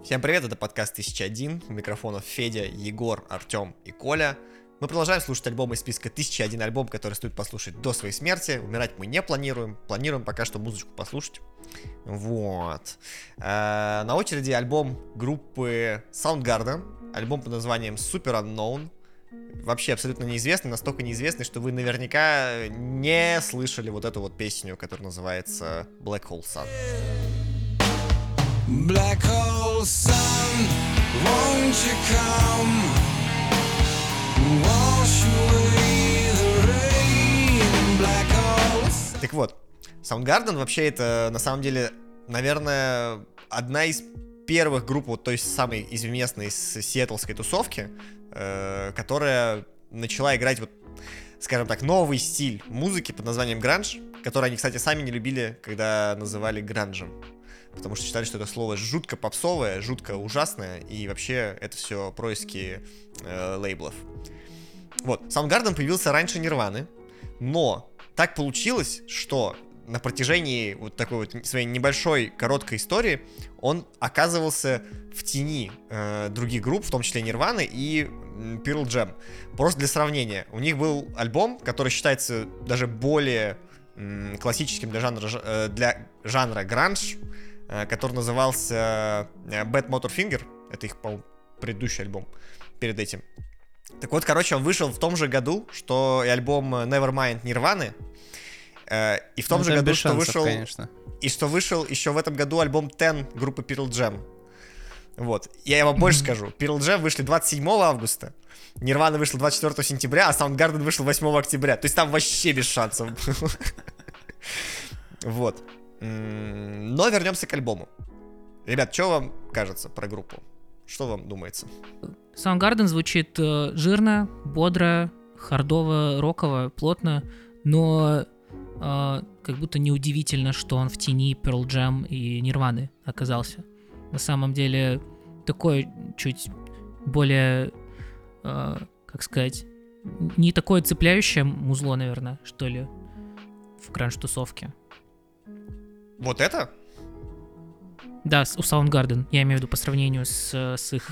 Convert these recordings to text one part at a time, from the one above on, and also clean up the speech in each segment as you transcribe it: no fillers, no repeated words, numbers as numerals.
Всем привет, это подкаст 1001, у микрофонов Федя, Егор, Артем и Коля. Мы продолжаем слушать альбомы из списка 1001 альбом, который стоит послушать до своей смерти. Умирать мы не планируем, планируем пока что музычку послушать. Вот. На очереди альбом группы Soundgarden, альбом под названием Super Unknown. Вообще абсолютно неизвестный, настолько неизвестный, что вы наверняка не слышали вот эту вот песню, которая называется Black Hole Sun. Black hole sun, won't you come, wash away the rain, black holes. Так вот, Soundgarden вообще это на самом деле, наверное, одна из первых групп вот той самой известной с сиэтлской тусовки, которая начала играть вот, скажем так, новый стиль музыки под названием гранж, который они, кстати, сами не любили, когда называли гранжем. Потому что считали, что это слово жутко попсовое, жутко ужасное, и вообще это все происки лейблов. Вот, Soundgarden появился раньше Нирваны, но так получилось, что на протяжении вот такой вот своей небольшой, короткой истории он оказывался в тени других групп, в том числе Нирваны и Pearl Jam. Просто для сравнения, у них был альбом, который считается даже более классическим для жанра гранж, который назывался Bad Motorfinger. Это их, по-моему, предыдущий альбом перед этим. Так вот, короче, он вышел в том же году, что и альбом Nevermind Нирваны. И в том же году, что вышел... Конечно. И что вышел еще в этом году альбом Ten группы Pearl Jam. Вот. Я вам больше скажу. Pearl Jam вышли 27 августа, Нирвана вышла 24 сентября, а Soundgarden вышел 8 октября. То есть там вообще без шансов. Вот. Но вернемся к альбому. Ребят, что вам кажется про группу? Что вам думается? Soundgarden звучит жирно, бодро, хардово, роково, плотно, но как будто неудивительно, что он в тени Pearl Jam и Нирваны оказался. На самом деле такой чуть более, как сказать, не такое цепляющее музло, наверное, что ли, в гранж-тусовке. Вот это? Да, у Soundgarden. Я имею в виду по сравнению с их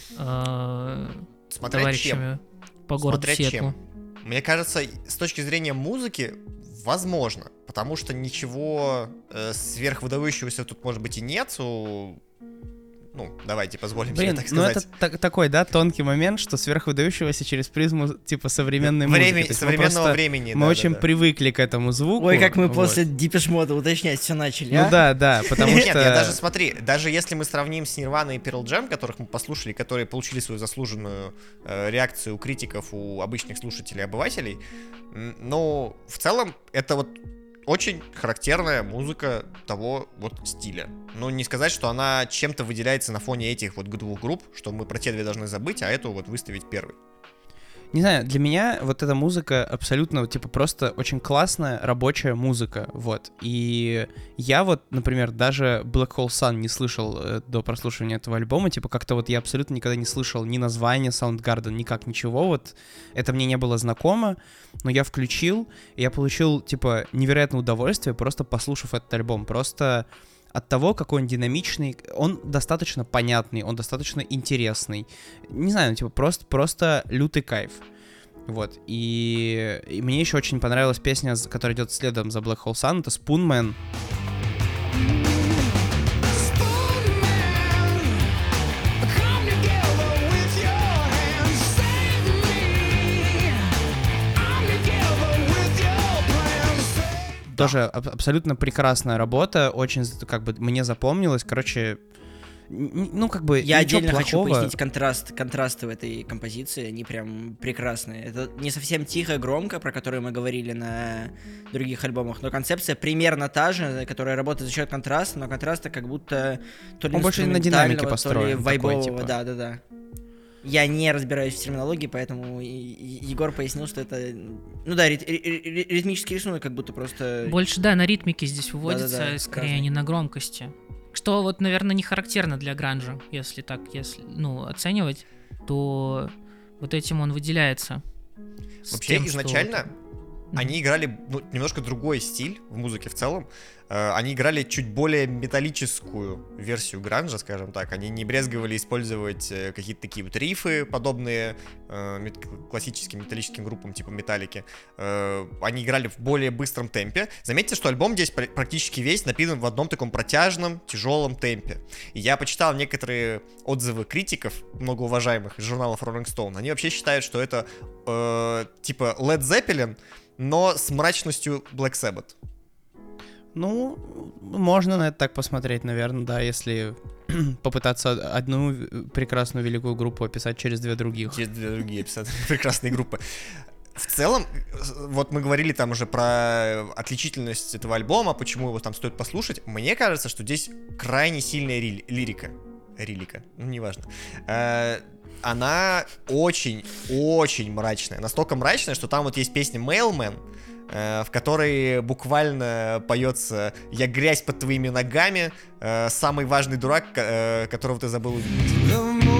товарищами по городу Сиэтлу. Мне кажется, с точки зрения музыки, возможно. Потому что ничего сверхвыдающегося тут, может быть, и нет. Ну, давайте позволим себе так сказать. Ну это такой, да, тонкий момент, что сверхвыдающегося через призму, типа, современной музыки. Современного времени, мы очень привыкли к этому звуку. Ой, как мы после Depeche Mode уточнять все начали, Ну да, потому что... Нет, я даже, смотри, даже если мы сравним с Nirvana и Pearl Jam, которых мы послушали, которые получили свою заслуженную реакцию у критиков, у обычных слушателей, обывателей, но в целом это вот очень характерная музыка того вот стиля. Ну, не сказать, что она чем-то выделяется на фоне этих вот двух групп, что мы про те две должны забыть, а эту вот выставить первой. Не знаю, для меня вот эта музыка абсолютно, типа, просто очень классная рабочая музыка, вот. И я вот, например, даже Black Hole Sun не слышал до прослушивания этого альбома, типа, как-то вот я абсолютно никогда не слышал ни названия Soundgarden, никак ничего, вот. Это мне не было знакомо, но я включил, и я получил, типа, невероятное удовольствие, просто послушав этот альбом, просто... От того, какой он динамичный, он достаточно понятный, он достаточно интересный. Не знаю, типа просто лютый кайф. Вот, и мне еще очень понравилась песня, которая идет следом за Black Hole Sun, это Spoonman. Тоже абсолютно прекрасная работа, очень, как бы, мне запомнилась, короче, ну, как бы, я отдельно плохого. хочу пояснить контрасты в этой композиции, они прям прекрасные. Это не совсем тихо, громко, про которую мы говорили на других альбомах, но концепция примерно та же, которая работает за счет контраста, но контраста как будто то ли он больше на динамике построен, то ли вайбового, такой, типа. Да. Я не разбираюсь в терминологии, поэтому Егор пояснил, что это... Ну да, ритмический рисунок как будто просто... Больше, да, на ритмике здесь выводится, Да-да-да, скорее разный. не на громкости. Что вот, наверное, не характерно для гранжа, если оценивать, то вот этим он выделяется. Вообще, изначально они играли немножко другой стиль в музыке в целом. Они играли чуть более металлическую версию гранжа, скажем так. Они не брезговали использовать какие-то такие вот рифы, подобные классическим металлическим группам типа Металлики. Они играли в более быстром темпе. Заметьте, что альбом здесь практически весь написан в одном таком протяжном, тяжелом темпе. И я почитал некоторые отзывы критиков, многоуважаемых из журналов Rolling Stone. Они вообще считают, что это типа Led Zeppelin, но с мрачностью Black Sabbath. Ну, можно на это так посмотреть, наверное, да, если попытаться одну прекрасную великую группу описать через две других. Через две другие описать прекрасные группы. В целом, вот мы говорили там уже про отличительность этого альбома, почему его там стоит послушать. Мне кажется, что здесь крайне сильная лирика. Ну, неважно. Она очень-очень мрачная. Настолько мрачная, что там вот есть песня Mailman, в которой буквально поется «Я грязь под твоими ногами», самый важный дурак, которого ты забыл увидеть.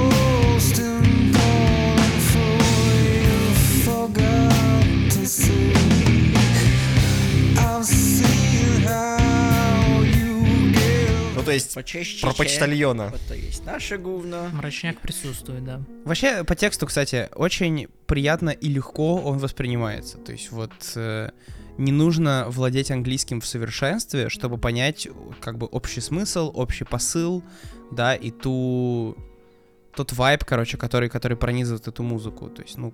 Ну, то есть, почаще про почтальона. Вот то есть наше говно. Мрачняк присутствует, да. Вообще, по тексту, кстати, очень приятно и легко он воспринимается. То есть вот не нужно владеть английским в совершенстве, чтобы понять как бы общий смысл, общий посыл, да, и тот вайб, короче, который пронизывает эту музыку. То есть, ну,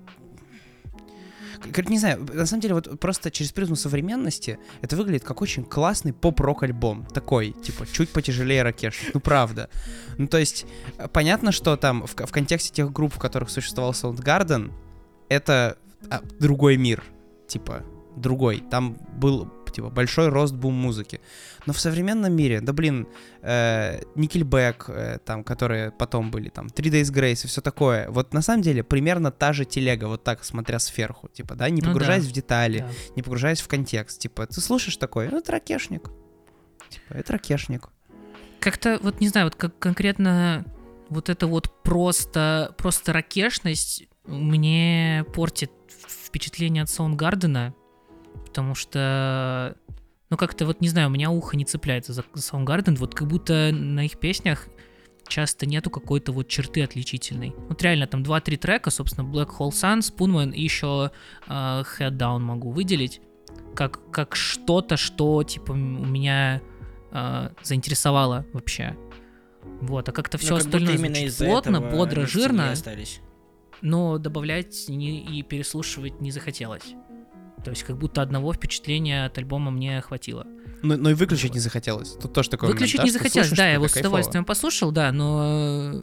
не знаю, на самом деле, вот просто через призму современности это выглядит как очень классный поп-рок альбом. Такой, типа, чуть потяжелее Ракеш. Ну, правда. Ну, то есть, понятно, что там в контексте тех групп, в которых существовал Soundgarden, это другой мир. Типа, другой. Там был, типа, большой рост бум-музыки. Но в современном мире, да блин, Nickelback, там, которые потом были, там, 3 Days Grace и все такое. Вот на самом деле примерно та же телега, вот так, смотря сверху, типа, да, не погружаясь в детали, не погружаясь в контекст. Типа, ты слушаешь такой, ну, это Ракешник. Типа, это Ракешник. Как-то, вот не знаю, вот как конкретно вот это вот просто ракешность мне портит впечатление от Soundgarden, потому что, ну, как-то вот, не знаю, у меня ухо не цепляется за Soundgarden, вот как будто на их песнях часто нету какой-то вот черты отличительной. Вот реально там 2-3 трека, собственно, Black Hole Sun, Spoonman и еще Head Down могу выделить, как что-то, что, типа, у меня заинтересовало вообще. Вот, а как-то все остальное звучит плотно, бодро, жирно, но добавлять и переслушивать не захотелось. То есть как будто одного впечатления от альбома мне хватило. Но и выключить не захотелось. Тут тоже такое выключить не захотелось, да, я его с удовольствием послушал, да, но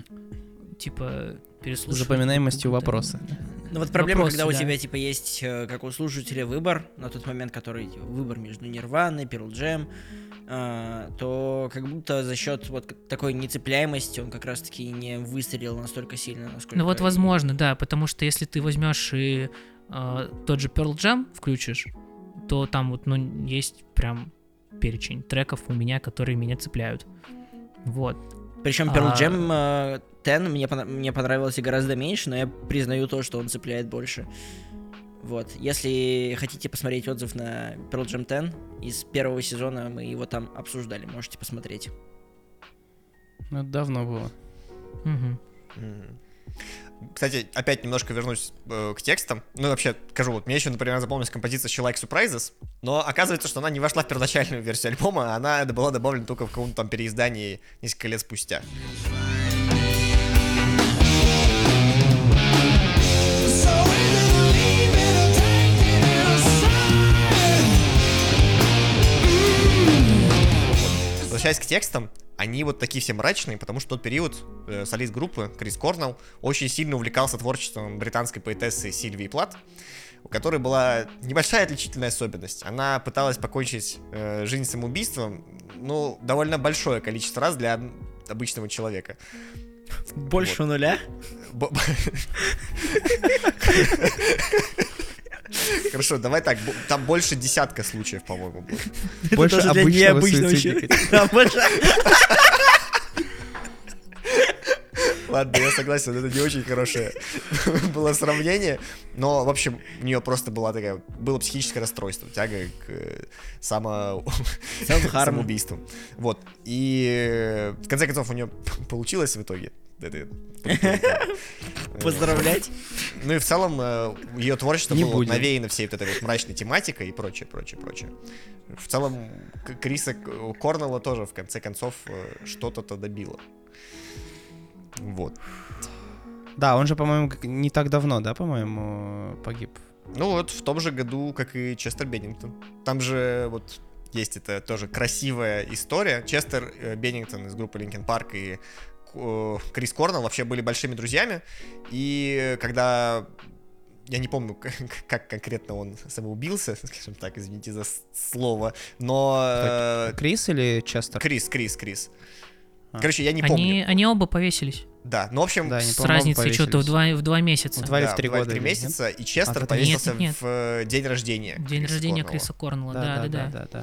типа переслушивать... Запоминаемостью вопроса. Ну вот проблема, когда у тебя типа есть, как у слушателя, выбор, на тот момент, который выбор между Нирваной, Pearl Jam, то как будто за счет вот такой нецепляемости он как раз-таки не выстрелил настолько сильно, насколько... Ну вот возможно, да, потому что если ты возьмешь и тот же Pearl Jam включишь, то там вот, ну, есть прям перечень треков у меня, которые меня цепляют. Вот. Причем Pearl Jam 10 мне понравился гораздо меньше, но я признаю то, что он цепляет больше. Вот. Если хотите посмотреть отзыв на Pearl Jam 10 из первого сезона, мы его там обсуждали, можете посмотреть. Ну, это давно было. Кстати, опять немножко вернусь к текстам. Ну, вообще, скажу, вот мне еще, например, запомнилась композиция She Likes Surprises, но оказывается, что она не вошла в первоначальную версию альбома, она была добавлена только в каком-то там переиздании несколько лет спустя. Возвращаясь к текстам, они вот такие все мрачные, потому что в тот период солист группы Крис Корнелл очень сильно увлекался творчеством британской поэтессы Сильвии Плат, у которой была небольшая отличительная особенность. Она пыталась покончить жизнь самоубийством, ну, довольно большое количество раз для обычного человека. Больше нуля? Хорошо, давай так, там больше 10 случаев, по-моему, было. Больше обычного суицидника. Ладно, я согласен, это не очень хорошее было сравнение, но, в общем, у нее просто было психическое расстройство, тяга к самоубийству. Вот, и в конце концов у нее получилось в итоге. Поздравлять. Ну и в целом ее творчество Не было будем. навеяно всей вот этой вот мрачной тематикой и прочее. В целом Криса Корнелла тоже в конце концов что-то добило. Вот. Да, он же, по-моему, не так давно, да, по-моему, погиб. Ну вот в том же году, как и Честер Беннингтон. Там же вот есть это тоже красивая история. Честер Беннингтон из группы Linkin Park и Крис Корнелл вообще были большими друзьями, и когда, я не помню, как конкретно он самоубился, скажем так, извините за слово, но... Крис или Честер? Крис. Короче, я не помню. Они оба повесились. Да, ну, в общем... Да, они, С по-моему, разницей что-то в 2 месяца. В 2 или в да, 3 в 2 или года. 3 или месяца, и Честер так повесился нет. в день рождения. День Криса рождения Корнелла. Криса Корнелла, нет? да.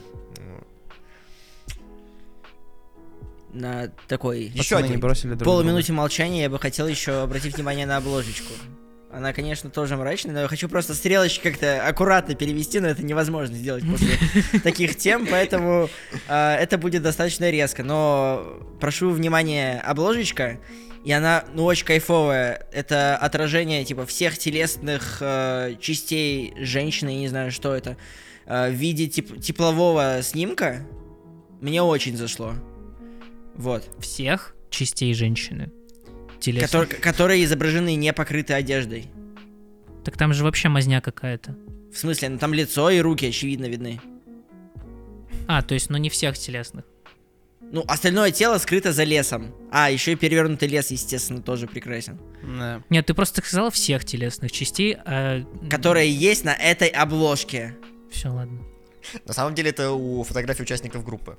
На такой Еще Пацаны не один. бросили друг полуминуте молчания я бы хотел еще обратить внимание на обложечку. Она, конечно, тоже мрачная, но я хочу просто стрелочки как-то аккуратно перевести, но это невозможно сделать после таких тем, поэтому это будет достаточно резко. Но прошу внимания, обложечка, и она, ну, очень кайфовая. Это отражение, типа, всех телесных частей женщины, я не знаю, что это, в виде теплового снимка. Мне очень зашло. Вот. Всех частей женщины. Телесных. Которые изображены не покрыты одеждой. Так там же вообще мазня какая-то. В смысле, ну там лицо и руки, очевидно, видны. То есть, не всех телесных. Ну, остальное тело скрыто за лесом. Еще и перевернутый лес, естественно, тоже прекрасен. Да. Нет, ты просто сказала всех телесных частей, Которые есть на этой обложке. Все, ладно. На самом деле это у фотографий участников группы.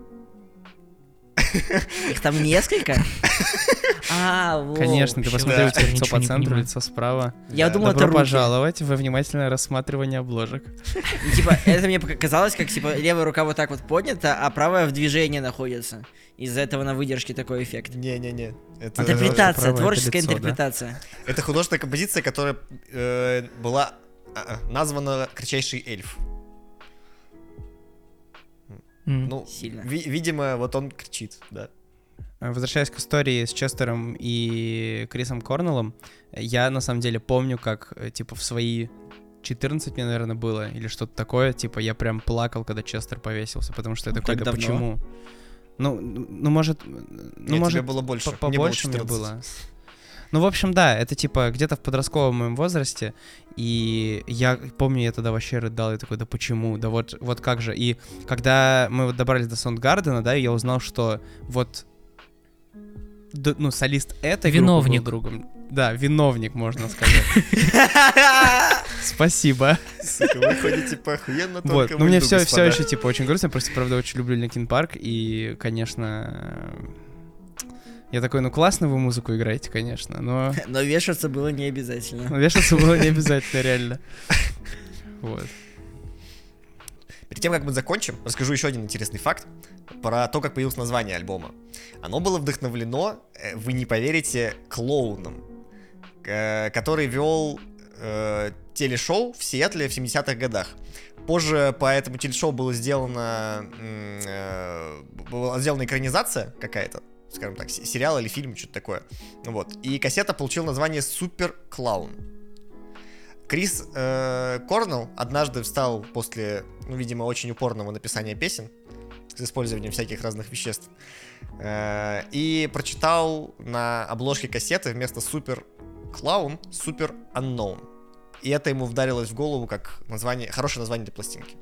Их там несколько? Вот. Конечно, ты посмотри, у тебя Я лицо ничего по не центру, понимаю. лицо справа. Я думал, это Добро руки. пожаловать во внимательное рассматривание обложек. И, типа, это мне показалось, как, типа, левая рука вот так вот поднята, а правая в движении находится. Из-за этого на выдержке такой эффект. Не-не-не. Это Интерпретация, правое, это творческая лицо, да. интерпретация. Это художественная композиция, которая была названа «Кричайший эльф». Ну, Сильно. видимо, вот он кричит, да. Возвращаясь к истории с Честером и Крисом Корнеллом, я на самом деле помню, как, типа, в свои 14 мне, наверное, было, или что-то такое, типа, я прям плакал, когда Честер повесился, потому что я такой, Так да давно? почему? Ну, может... Нет, может, тебе было больше. побольше мне было. Ну, в общем, да, это типа где-то в подростковом моем возрасте, и я помню, я тогда вообще рыдал, и такой, да почему, да вот как же. И когда мы вот добрались до Soundgarden, да, я узнал, что вот, ну, солист этой Виновник. группы был другом. Да, виновник, можно сказать. Спасибо. Сука, вы ходите по охуенно Вот, тонкому ну мне льду, все господа. еще типа очень грустно, я просто правда очень люблю Linkin Park, и, конечно, я такой, ну классно вы музыку играете, конечно, но Но вешаться было не обязательно. вешаться было не обязательно, реально. Вот. Перед тем, как мы закончим, расскажу еще один интересный факт про то, как появилось название альбома. Оно было вдохновлено, вы не поверите, клоуном, который вел телешоу в Сиэтле в 70-х годах. Позже по этому телешоу была сделана экранизация какая-то, скажем так, сериал или фильм, что-то такое. Вот. И кассета получила название «Супер Клаун». Крис Корнелл однажды встал после, ну, видимо, очень упорного написания песен с использованием всяких разных веществ и прочитал на обложке кассеты вместо «Супер Клаун» «Супер Unknown». И это ему вдарилось в голову как название, хорошее название для пластинки.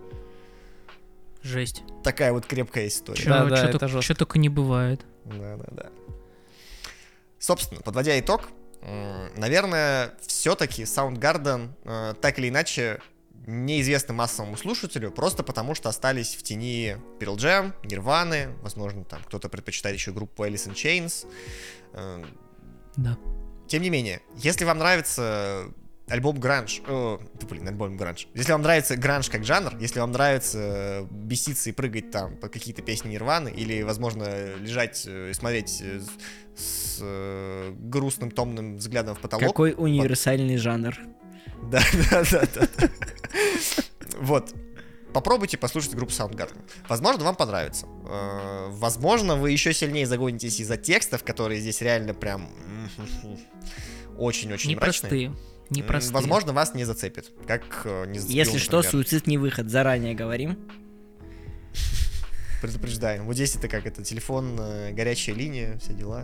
Жесть. Такая вот крепкая история. Да, это жестко. Что только не бывает. Да. Собственно, подводя итог, наверное, все-таки Soundgarden так или иначе неизвестны массовому слушателю, просто потому что остались в тени Pearl Jam, Nirvana, возможно, там кто-то предпочитает еще группу Alice in Chains. Да. Тем не менее, если вам нравится альбом гранж, альбом гранж. Если вам нравится гранж как жанр, если вам нравится беситься и прыгать там под какие-то песни Нирваны, или, возможно, лежать и смотреть с грустным, томным взглядом в потолок. Какой универсальный жанр. Да. Вот. Попробуйте послушать группу Soundgarden. Возможно, вам понравится. Возможно, вы еще сильнее загонитесь из-за текстов, которые здесь реально прям очень-очень мрачные. Непростые. Возможно, вас не зацепит. Как не зацепил, Если что, например. суицид не выход, заранее говорим. Предупреждаем. Вот здесь это как это, телефон, горячая линия, все дела.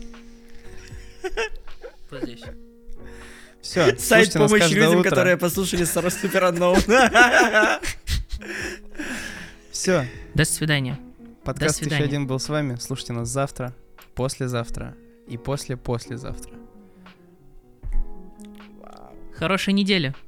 Вот здесь. Все, Сайт помощи людям, которые послушали Super Unknown. Все, До свидания. подкаст До свидания. еще один был с вами. Слушайте нас завтра, послезавтра и послезавтра. Хорошей недели.